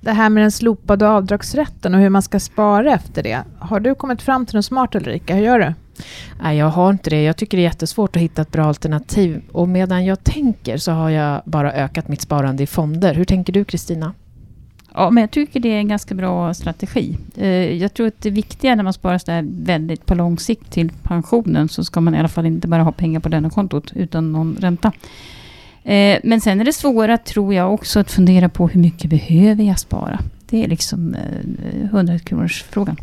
Det här med den slopade avdragsrätten och hur man ska spara efter det. Har du kommit fram till något smart, Ulrika? Hur gör du? Nej, jag har inte det. Jag tycker det är jättesvårt att hitta ett bra alternativ. Och medan jag tänker så har jag bara ökat mitt sparande i fonder. Hur tänker du, Kristina? Ja, men jag tycker det är en ganska bra strategi. Jag tror att det viktiga när man sparar så där väldigt på lång sikt till pensionen, så ska man i alla fall inte bara ha pengar på lönekontot utan någon ränta. Men sen är det svåra, tror jag, också att fundera på hur mycket behöver jag spara. Det är liksom 100 kronors frågan.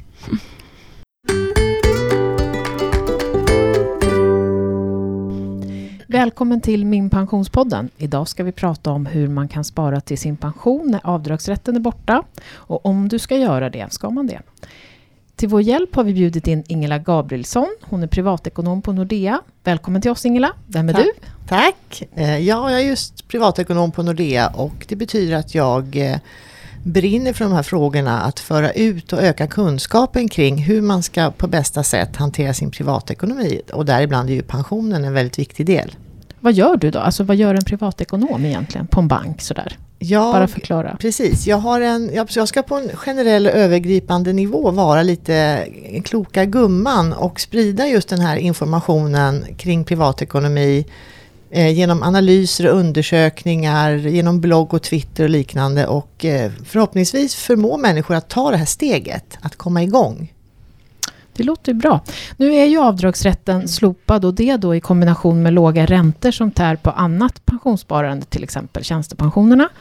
Välkommen till Min pensionspodden. Idag ska vi prata om hur man kan spara till sin pension när avdragsrätten är borta. Och om du ska göra det, ska man det. Till vår hjälp har vi bjudit in Ingela Gabrielsson. Hon är privatekonom på Nordea. Välkommen till oss, Ingela. Vem är du? Tack. Jag är just privatekonom på Nordea, och det betyder att jag brinner för de här frågorna, att föra ut och öka kunskapen kring hur man ska på bästa sätt hantera sin privatekonomi. Och däribland är ju pensionen en väldigt viktig del. Vad gör du då? Alltså vad gör en privatekonom egentligen på en bank sådär? Bara förklara. Precis, jag ska på en generell övergripande nivå vara lite kloka gumman och sprida just den här informationen kring privatekonomi genom analyser och undersökningar, genom blogg och Twitter och liknande, och förhoppningsvis förmå människor att ta det här steget, att komma igång. Det låter bra. Nu är ju avdragsrätten slopad, och det då i kombination med låga räntor som tär på annat pensionssparande, till exempel tjänstepensionerna.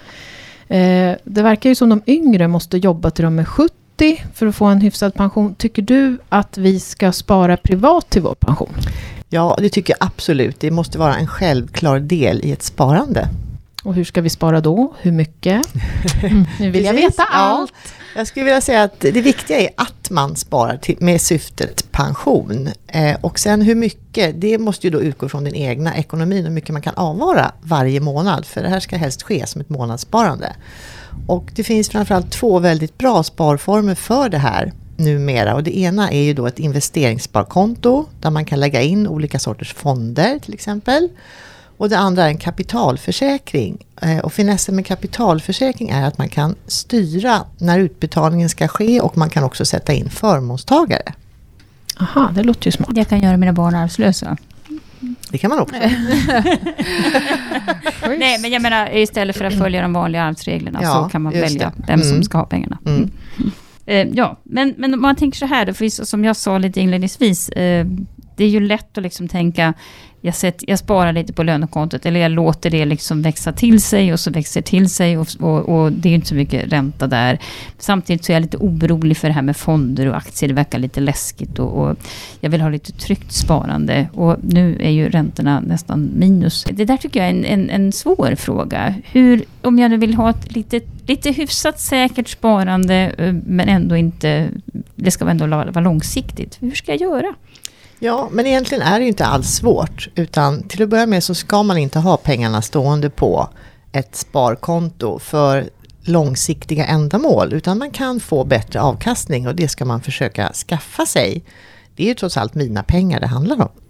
Det verkar ju som de yngre måste jobba till de är 70 för att få en hyfsad pension. Tycker du att vi ska spara privat till vår pension? Ja, det tycker jag absolut. Det måste vara en självklar del i ett sparande. Och hur ska vi spara då? Hur mycket? Nu vill jag veta allt. Ja, jag skulle vilja säga att det viktiga är att man sparar med syftet pension. Och sen hur mycket, det måste ju då utgå från din egna ekonomi och hur mycket man kan avvara varje månad. För det här ska helst ske som ett månadssparande. Och det finns framförallt 2 väldigt bra sparformer för det här numera. Och det ena är ju då ett investeringssparkonto där man kan lägga in olika sorters fonder till exempel. Och det andra är en kapitalförsäkring. Och finessen med kapitalförsäkring är att man kan styra när utbetalningen ska ske, och man kan också sätta in förmånstagare. Aha, det låter ju smart. Jag kan göra mina barn arvslösa. Det kan man också. Nej, men jag menar, istället för att följa de vanliga arvsreglerna så kan man välja vem som ska ha pengarna. Ja, men om man tänker så här då, för som jag sa lite inledningsvis, det är ju lätt att liksom tänka, jag sparar lite på lönekontot, eller jag låter det liksom växa till sig, och så växer till sig, och det är ju inte så mycket ränta där. Samtidigt så är jag lite orolig för det här med fonder och aktier. Det verkar lite läskigt, och jag vill ha lite tryggt sparande, och nu är ju räntorna nästan minus. Det där tycker jag är en svår fråga. Om jag nu vill ha ett lite hyfsat säkert sparande, men ändå inte, det ska ändå vara långsiktigt. Hur ska jag göra? Ja, men egentligen är det ju inte alls svårt, utan till att börja med så ska man inte ha pengarna stående på ett sparkonto för långsiktiga ändamål, utan man kan få bättre avkastning, och det ska man försöka skaffa sig. Det är ju trots allt mina pengar det handlar om.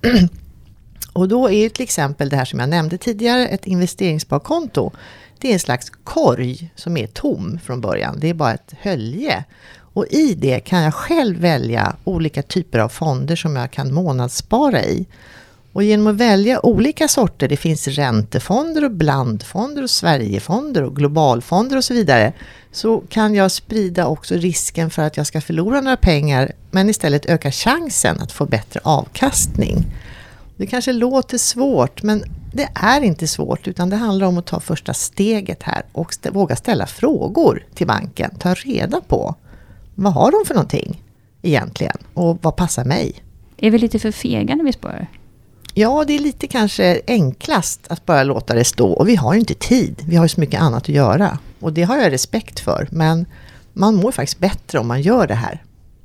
Och då är ju till exempel det här som jag nämnde tidigare, ett investeringssparkonto. Det är en slags korg som är tom från början. Det är bara ett hölje. Och i det kan jag själv välja olika typer av fonder som jag kan månadsspara i. Och genom att välja olika sorter, det finns räntefonder och blandfonder och Sverigefonder och globalfonder och så vidare, så kan jag sprida också risken för att jag ska förlora några pengar, men istället öka chansen att få bättre avkastning. Det kanske låter svårt, men det är inte svårt, utan det handlar om att ta första steget här och våga ställa frågor till banken. Ta reda på vad har de för någonting egentligen, och vad passar mig. Är vi lite för fega när vi sparar? Ja, det är lite kanske enklast att bara låta det stå, och vi har ju inte tid. Vi har ju så mycket annat att göra, och det har jag respekt för, men man mår faktiskt bättre om man gör det här.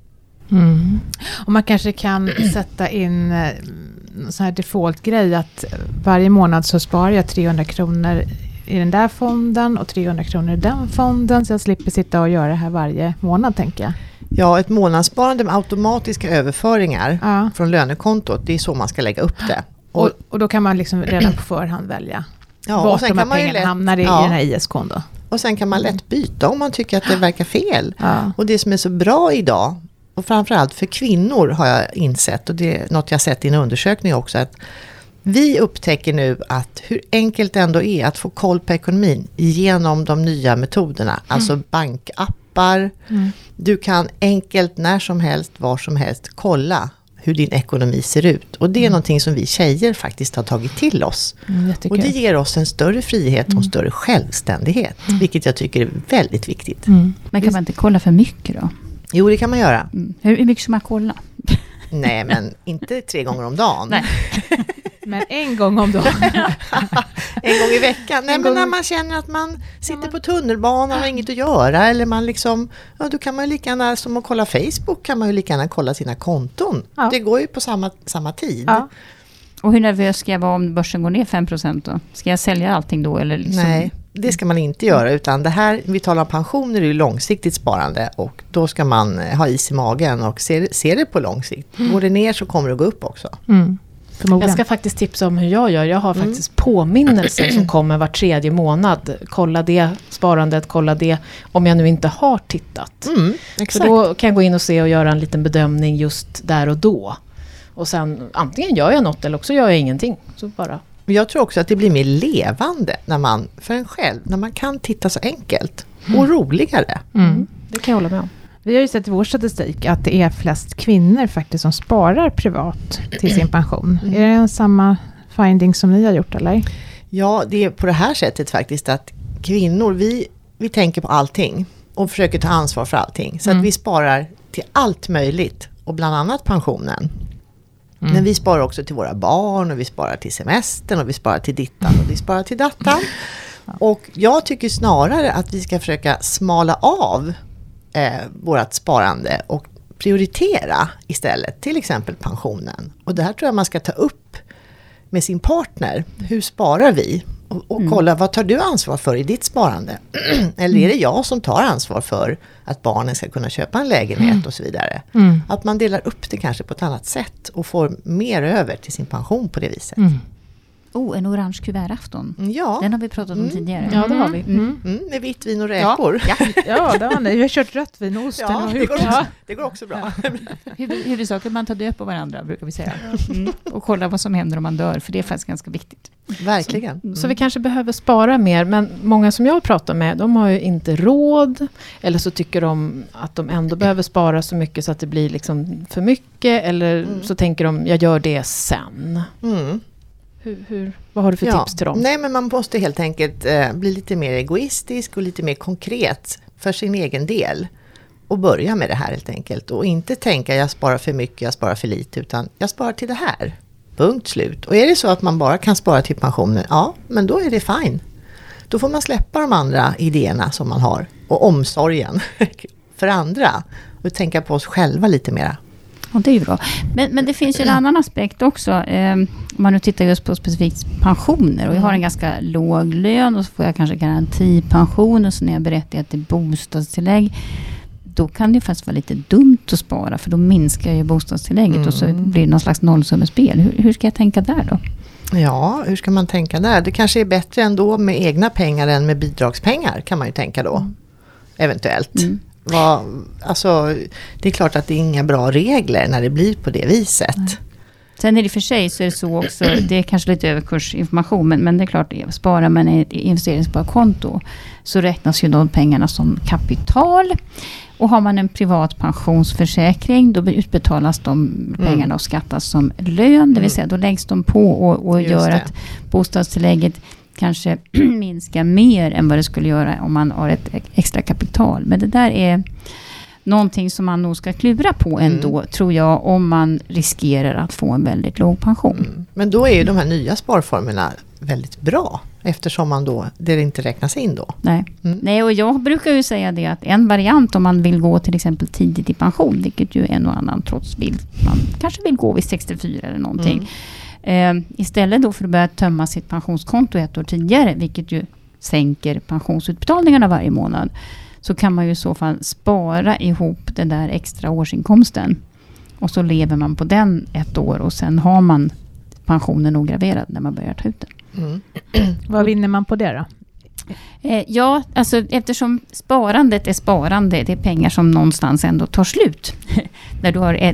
Mm. Och man kanske kan sätta in så här default-grej att varje månad så sparar jag 300 kronor i den där fonden och 300 kronor i den fonden, så jag slipper sitta och göra det här varje månad, tänker jag. Ja, ett månadssparande med automatiska överföringar från lönekontot, det är så man ska lägga upp det. Och då kan man liksom redan på förhand välja och vart sen de här kan man pengarna hamnar i den här ISK:n då. Och sen kan man lätt byta om man tycker att det verkar fel. Ja. Och det som är så bra idag, och framförallt för kvinnor har jag insett, och det är något jag sett i en undersökning också, att vi upptäcker nu att hur enkelt det ändå är att få koll på ekonomin genom de nya metoderna. Alltså bankappar. Du kan enkelt när som helst, var som helst kolla hur din ekonomi ser ut. Och det är någonting som vi tjejer faktiskt har tagit till oss. Och det ger oss en större frihet och större självständighet. Vilket jag tycker är väldigt viktigt. Men kan man inte kolla för mycket då? Jo, det kan man göra. Hur mycket ska man kolla? Nej, men inte 3 gånger om dagen. Nej. Men en gång om dagen. En gång i veckan. Nej, men när man känner att man sitter på tunnelbanan och har inget att göra. Eller man liksom, ja, då kan man ju lika gärna, som att kolla Facebook, kan man ju lika gärna kolla sina konton. Ja. Det går ju på samma tid. Ja. Och hur nervös ska jag vara om börsen går ner 5% då? Ska jag sälja allting då? Eller liksom? Nej, det ska man inte göra. Utan det här, vi talar om pensioner, är ju långsiktigt sparande. Och då ska man ha is i magen och se det på lång sikt. Går det ner så kommer det gå upp också. Jag ska faktiskt tipsa om hur jag gör. Jag har faktiskt påminnelser som kommer var 3:e månad. Kolla det sparandet, kolla det om jag nu inte har tittat. Exakt. Så då kan jag gå in och se och göra en liten bedömning just där och då. Och sen antingen gör jag något eller också gör jag ingenting. Så bara. Jag tror också att det blir mer levande för en själv, när man kan titta så enkelt och roligare. Det kan jag hålla med om. Vi har ju sett i vår statistik att det är flest kvinnor faktiskt som sparar privat till sin pension. Är det en samma finding som ni har gjort, eller? Ja, det är på det här sättet faktiskt att kvinnor, vi tänker på allting och försöker ta ansvar för allting. Så att vi sparar till allt möjligt och bland annat pensionen. Men vi sparar också till våra barn och vi sparar till semestern och vi sparar till dittan och vi sparar till dattan. Och jag tycker snarare att vi ska försöka smala av vårt sparande och prioritera istället, till exempel pensionen. Och det här tror jag man ska ta upp med sin partner. Hur sparar vi? Och kolla, vad tar du ansvar för i ditt sparande? Eller är det jag som tar ansvar för att barnen ska kunna köpa en lägenhet och så vidare? Att man delar upp det kanske på ett annat sätt och får mer över till sin pension på det viset. En orange kuvertafton. Ja. Den har vi pratat om tidigare. Ja, det har vi. Med vitt vin och räkor. Ja, det har ni. Vi har kört rött vin och osten. Ja, det går också bra. Huvudsaken man tar död på varandra, brukar vi säga. Och kolla vad som händer om man dör, för det är faktiskt ganska viktigt. Verkligen. Så vi kanske behöver spara mer, men många som jag pratar med, de har ju inte råd, eller så tycker de att de ändå behöver spara så mycket så att det blir liksom för mycket, eller så tänker de, jag gör det sen. Vad har du för tips till dem? Nej, men man måste helt enkelt bli lite mer egoistisk och lite mer konkret för sin egen del. Och börja med det här helt enkelt. Och inte tänka jag sparar för mycket, jag sparar för lite, utan jag sparar till det här. Punkt slut. Och är det så att man bara kan spara till pensionen, ja, men då är det fine. Då får man släppa de andra idéerna som man har. Och omsorgen för andra. Och tänka på oss själva lite mera. Och det är ju bra. Men det finns ju en annan aspekt också. Om man nu tittar just på specifikt pensioner. Och jag har en ganska låg lön och så får jag kanske garantipension. Och så när jag berättar till bostadstillägg. Då kan det faktiskt vara lite dumt att spara. För då minskar ju bostadstillägget. Och så blir det någon slags nollsummespel. Hur ska jag tänka där då? Ja, hur ska man tänka där? Det kanske är bättre ändå med egna pengar än med bidragspengar, kan man ju tänka då. Eventuellt. Alltså, det är klart att det är inga bra regler när det blir på det viset. Nej. Sen är det för sig så är det så också, det är kanske lite överkursinformation, men det är klart, sparar man i ett investeringssparkonto så räknas ju de pengarna som kapital. Och har man en privat pensionsförsäkring då utbetalas de pengarna och skattas som lön. Det vill säga då läggs de på och gör att bostadstillägget kanske minskar mer än vad det skulle göra om man har ett extra kapital. Men det där är någonting som man nog ska klura på ändå, tror jag, om man riskerar att få en väldigt låg pension. Men då är ju de här nya sparformerna väldigt bra, eftersom man då, det inte räknas in då. Nej, och jag brukar ju säga det att en variant om man vill gå till exempel tidigt i pension, vilket ju en och annan trots vill, man kanske vill gå vid 64 eller någonting. Istället då för att börja tömma sitt pensionskonto ett år tidigare, vilket ju sänker pensionsutbetalningarna varje månad, så kan man ju i så fall spara ihop den där extra årsinkomsten. Och så lever man på den ett år och sen har man pensionen ograverad när man börjar ta ut den. Vad vinner man på det då? Ja, alltså eftersom sparandet är sparande, det är pengar som någonstans ändå tar slut. När du har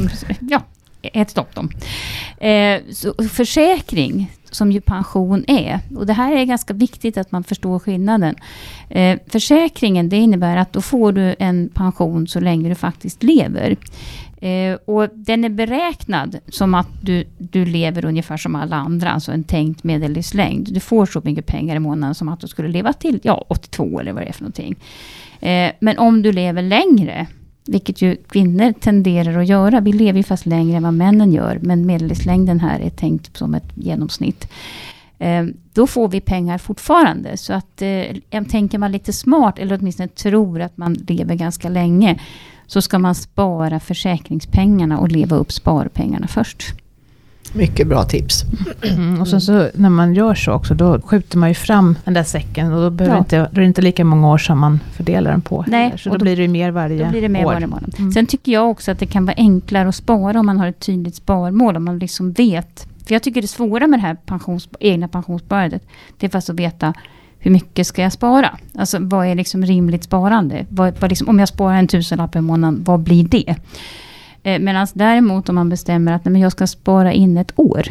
ätit upp dem. Så försäkring, som ju pension är, och det här är ganska viktigt att man förstår skillnaden. Försäkringen, det innebär att då får du en pension så länge du faktiskt lever. Och den är beräknad som att du lever ungefär som alla andra, alltså en tänkt medellivslängd. Du får så mycket pengar i månaden som att du skulle leva till 82 eller vad det är för någonting. Men om du lever längre, vilket ju kvinnor tenderar att göra, vi lever ju fast längre än vad männen gör, men medellivslängden här är tänkt som ett genomsnitt. Då får vi pengar fortfarande. Så att tänker man lite smart, eller åtminstone tror att man lever ganska länge, så ska man spara försäkringspengarna och leva upp sparpengarna först. Mycket bra tips. Och så när man gör så också, då skjuter man ju fram den där säcken, och då är det inte lika många år som man fördelar den på. Nej, så då blir det ju mer varje år. Sen tycker jag också att det kan vara enklare att spara om man har ett tydligt sparmål, om man liksom vet. För jag tycker det svåra med det här egna pensionssparandet, det är fast att veta hur mycket ska jag spara? Alltså vad är liksom rimligt sparande? Vad liksom, om jag sparar 1,000 i månaden, vad blir det? Medan däremot om man bestämmer att jag ska spara in ett år,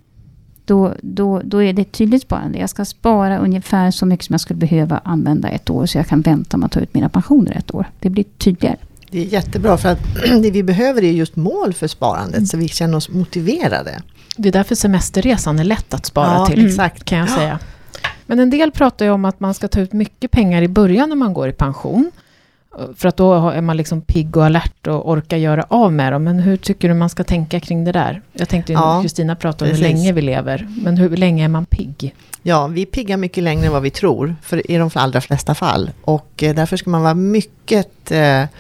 då är det ett tydligt sparande. Jag ska spara ungefär så mycket som jag skulle behöva använda ett år, så jag kan vänta med att ta ut mina pensioner ett år. Det blir tydligare. Det är jättebra, för att det vi behöver är just mål för sparandet, så vi känner oss motiverade. Det är därför semesterresan är lätt att spara till, exakt. Kan jag säga. Men en del pratar ju om att man ska ta ut mycket pengar i början när man går i pension. För att då är man liksom pigg och alert och orkar göra av med dem. Men hur tycker du man ska tänka kring det där? Jag tänkte ju Kristina pratade om hur länge vi lever. Men hur länge är man pigg? Ja, vi piggar mycket längre än vad vi tror. För i de allra flesta fall. Och därför ska man vara mycket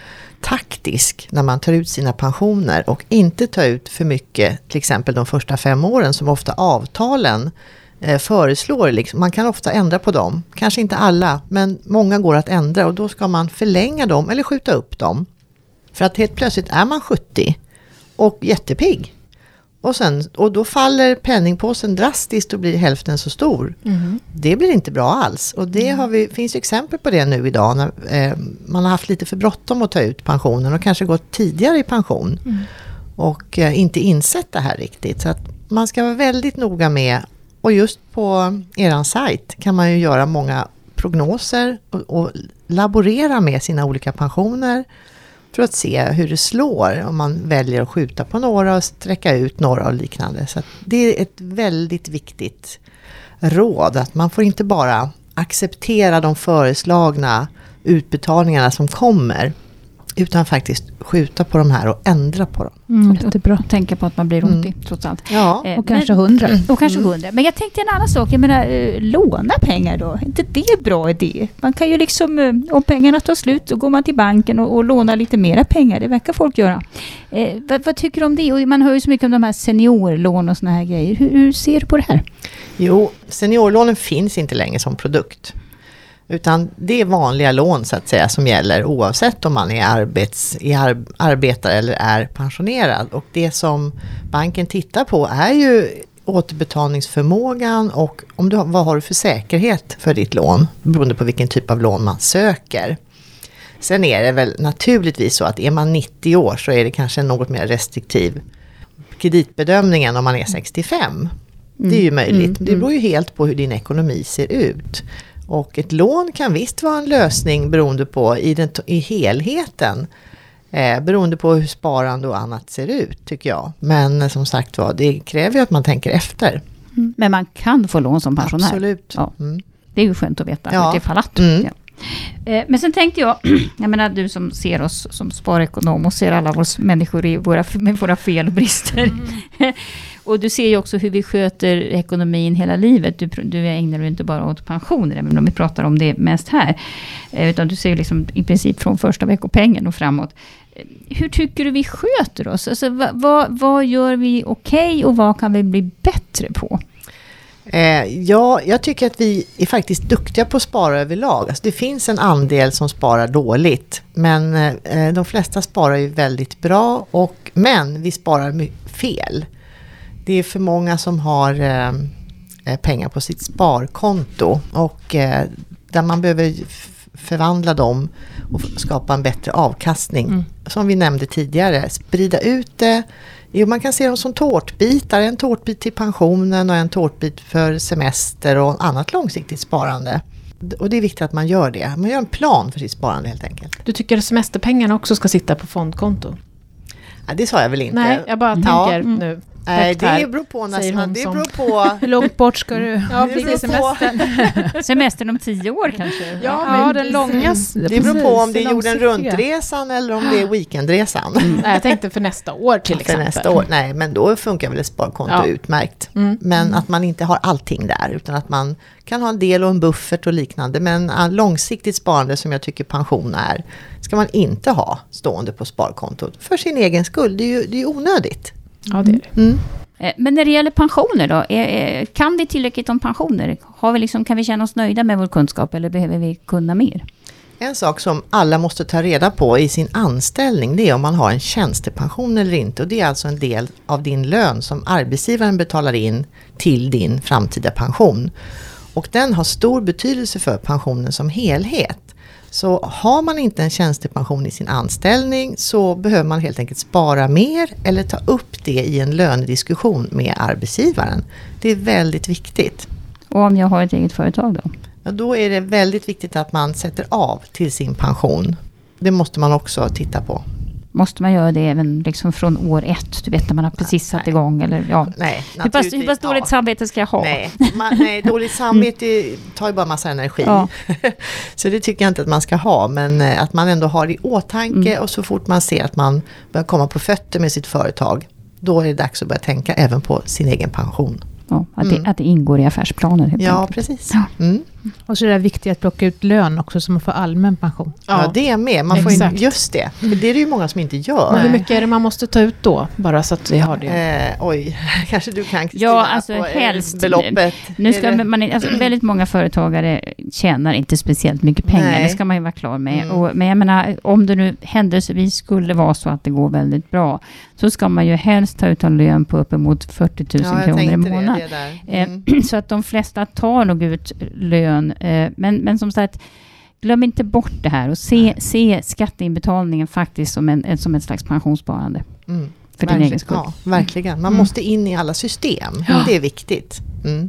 taktisk när man tar ut sina pensioner. Och inte ta ut för mycket, till exempel de första 5 åren som ofta avtalen föreslår. Liksom. Man kan ofta ändra på dem. Kanske inte alla, men många går att ändra. Och då ska man förlänga dem eller skjuta upp dem. För att helt plötsligt är man 70 och jättepigg. Och då faller penningpåsen drastiskt och blir hälften så stor. Det blir inte bra alls. Och det finns exempel på det nu idag. När man har haft lite för bråttom att ta ut pensionen och kanske gått tidigare i pension. Och inte insett det här riktigt. Så att man ska vara väldigt noga med. Och just på eran sajt kan man ju göra många prognoser och laborera med sina olika pensioner för att se hur det slår om man väljer att skjuta på några och sträcka ut några och liknande. Så att det är ett väldigt viktigt råd, att man får inte bara acceptera de föreslagna utbetalningarna som kommer, utan faktiskt skjuta på de här och ändra på dem. Jättebra. Tänka på att man blir 80 trots allt. Ja, och kanske 100. Och kanske 100. Men jag tänkte en annan sak. Jag menar, låna pengar då. Är inte det en bra idé? Man kan ju liksom, om pengarna tar slut, så går man till banken och lånar lite mera pengar. Det verkar folk göra. Vad tycker du om det? Och man hör ju så mycket om de här seniorlån och såna här grejer. Hur ser du på det här? Jo, seniorlånen finns inte längre som produkt. Utan det är vanliga lån så att säga som gäller oavsett om man är arbetare eller är pensionerad. Och det som banken tittar på är ju återbetalningsförmågan och vad har du för säkerhet för ditt lån, beroende på vilken typ av lån man söker. Sen är det väl naturligtvis så att är man 90 år så är det kanske en något mer restriktiv kreditbedömning än om man är 65. Det är ju möjligt. Det beror ju helt på hur din ekonomi ser ut. Och ett lån kan visst vara en lösning beroende på i helheten. Beroende på hur sparande och annat ser ut, tycker jag. Men som sagt det kräver ju att man tänker efter. Men man kan få lån som pensionär. Absolut. Ja. Det är ju skönt att veta utifall att. Ja. Men sen tänkte jag menar du som ser oss som sparekonom och ser alla oss människor med våra fel och brister. Och du ser ju också hur vi sköter ekonomin hela livet. Du ägnar ju inte bara åt pensioner, även om vi pratar om det mest här. Utan du ser ju liksom i princip från första veckopengen och framåt. Hur tycker du vi sköter oss? Alltså, vad gör vi okej och vad kan vi bli bättre på? Jag tycker att vi är faktiskt duktiga på att spara överlag. Alltså det finns en andel som sparar dåligt, men de flesta sparar ju väldigt bra. Men vi sparar fel. Det är för många som har pengar på sitt sparkonto och där man behöver förvandla dem och skapa en bättre avkastning. Som vi nämnde tidigare, sprida ut det. Man kan se dem som tårtbitar, en tårtbit till pensionen och en tårtbit för semester och annat långsiktigt sparande. Och det är viktigt att man gör det. Man gör en plan för sitt sparande helt enkelt. Du tycker att semesterpengarna också ska sitta på fondkonto? Ja, det sa jag väl inte. Nej, jag bara tänker nu. Nej, det beror på nästan. Det beror på... Hur långt bort ska du? Ja, precis, semestern. Semestern om 10 år kanske. Ja, den långa. Det beror på om det är jorden runt-resan eller om det är weekendresan. Nej, jag tänkte för nästa år till exempel. För nästa år, nej, men då funkar väl ett sparkonto utmärkt. Men att man inte har allting där, utan att man kan ha en del och en buffert och liknande. Men långsiktigt sparande som jag tycker pension är, ska man inte ha stående på sparkontot för sin egen skull. Det är ju onödigt. Ja, det är det. Men när det gäller pensioner då, kan vi tillräckligt om pensioner? Kan vi känna oss nöjda med vår kunskap eller behöver vi kunna mer? En sak som alla måste ta reda på i sin anställning, det är om man har en tjänstepension eller inte. Och det är alltså en del av din lön som arbetsgivaren betalar in till din framtida pension. Och den har stor betydelse för pensionen som helhet. Så har man inte en tjänstepension i sin anställning så behöver man helt enkelt spara mer eller ta upp det i en lönediskussion med arbetsgivaren. Det är väldigt viktigt. Och om jag har ett eget företag då? Ja, då är det väldigt viktigt att man sätter av till sin pension. Det måste man också titta på. Måste man göra det även från år 1? Du vet när man har precis satt igång. Eller, ja. Nej, hur pass dåligt samvete ska jag ha? Nej, dåligt samvete tar ju bara massa energi. Ja. Så det tycker jag inte att man ska ha. Men att man ändå har det i åtanke och så fort man ser att man börjar komma på fötter med sitt företag, då är det dags att börja tänka även på sin egen pension. Ja, att det ingår i affärsplanen. Ja, precis. Ja. Och så är det viktigt att plocka ut lön också så man får allmän pension. Ja, det är med. Man får just det. För det är det ju många som inte gör. Men hur mycket är det man måste ta ut då? Bara så att vi har det. Oj, kanske du kan Kristina. Ja, alltså helst. Beloppet. Nu ska väldigt många företagare tjänar inte speciellt mycket pengar. Nej. Det ska man ju vara klar med. Men jag menar, om det nu händelsevis skulle vara så att det går väldigt bra, så ska man ju helst ta ut en lön på uppemot 40 000 kronor i månaden. Så att de flesta tar nog ut lön. Men som sagt, glöm inte bort det här och se skatteinbetalningen faktiskt som ett slags pensionssparande. För din egen skull. Ja, verkligen. Man måste in i alla system. Ja. Det är viktigt.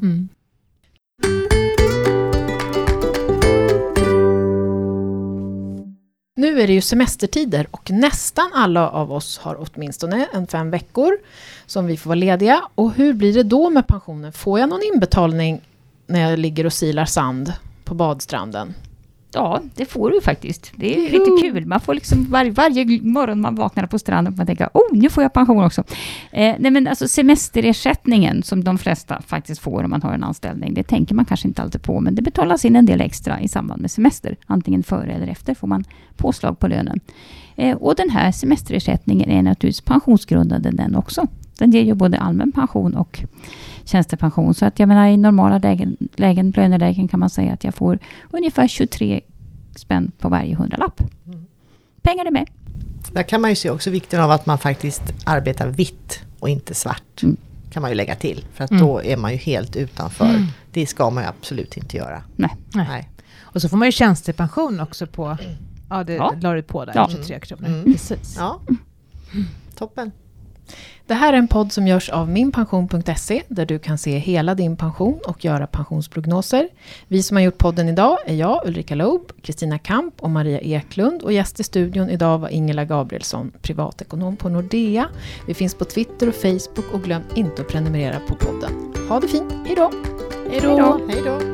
Nu är det ju semestertider och nästan alla av oss har åtminstone 5 veckor som vi får vara lediga. Och hur blir det då med pensionen? Får jag någon inbetalning när jag ligger och silar sand på badstranden? Ja, det får du faktiskt. Det är lite kul. Man får varje morgon man vaknar på stranden och man tänker, nu får jag pension också. Nej, men alltså semesterersättningen som de flesta faktiskt får om man har en anställning, det tänker man kanske inte alltid på, men det betalas in en del extra i samband med semester. Antingen före eller efter får man påslag på lönen. Och den här semesterersättningen är naturligtvis pensionsgrundande den också. Den ger ju både allmän pension och tjänstepension. Så att jag menar i normala lönelägen kan man säga att jag får ungefär 23 spänn på varje 100-lapp. Pengar är med. Där kan man ju se också vikten av att man faktiskt arbetar vitt och inte svart. Kan man ju lägga till. För att då är man ju helt utanför. Det ska man ju absolut inte göra. Nej. Och så får man ju tjänstepension också på. Ja, det la du på där. 23 kronor. Precis. Ja. Toppen. Det här är en podd som görs av minpension.se där du kan se hela din pension och göra pensionsprognoser. Vi som har gjort podden idag är jag, Ulrika Loeb, Kristina Kamp och Maria Eklund. Och gäst i studion idag var Ingela Gabrielsson, privatekonom på Nordea. Vi finns på Twitter och Facebook och glöm inte att prenumerera på podden. Ha det fint, hej då! Hej då!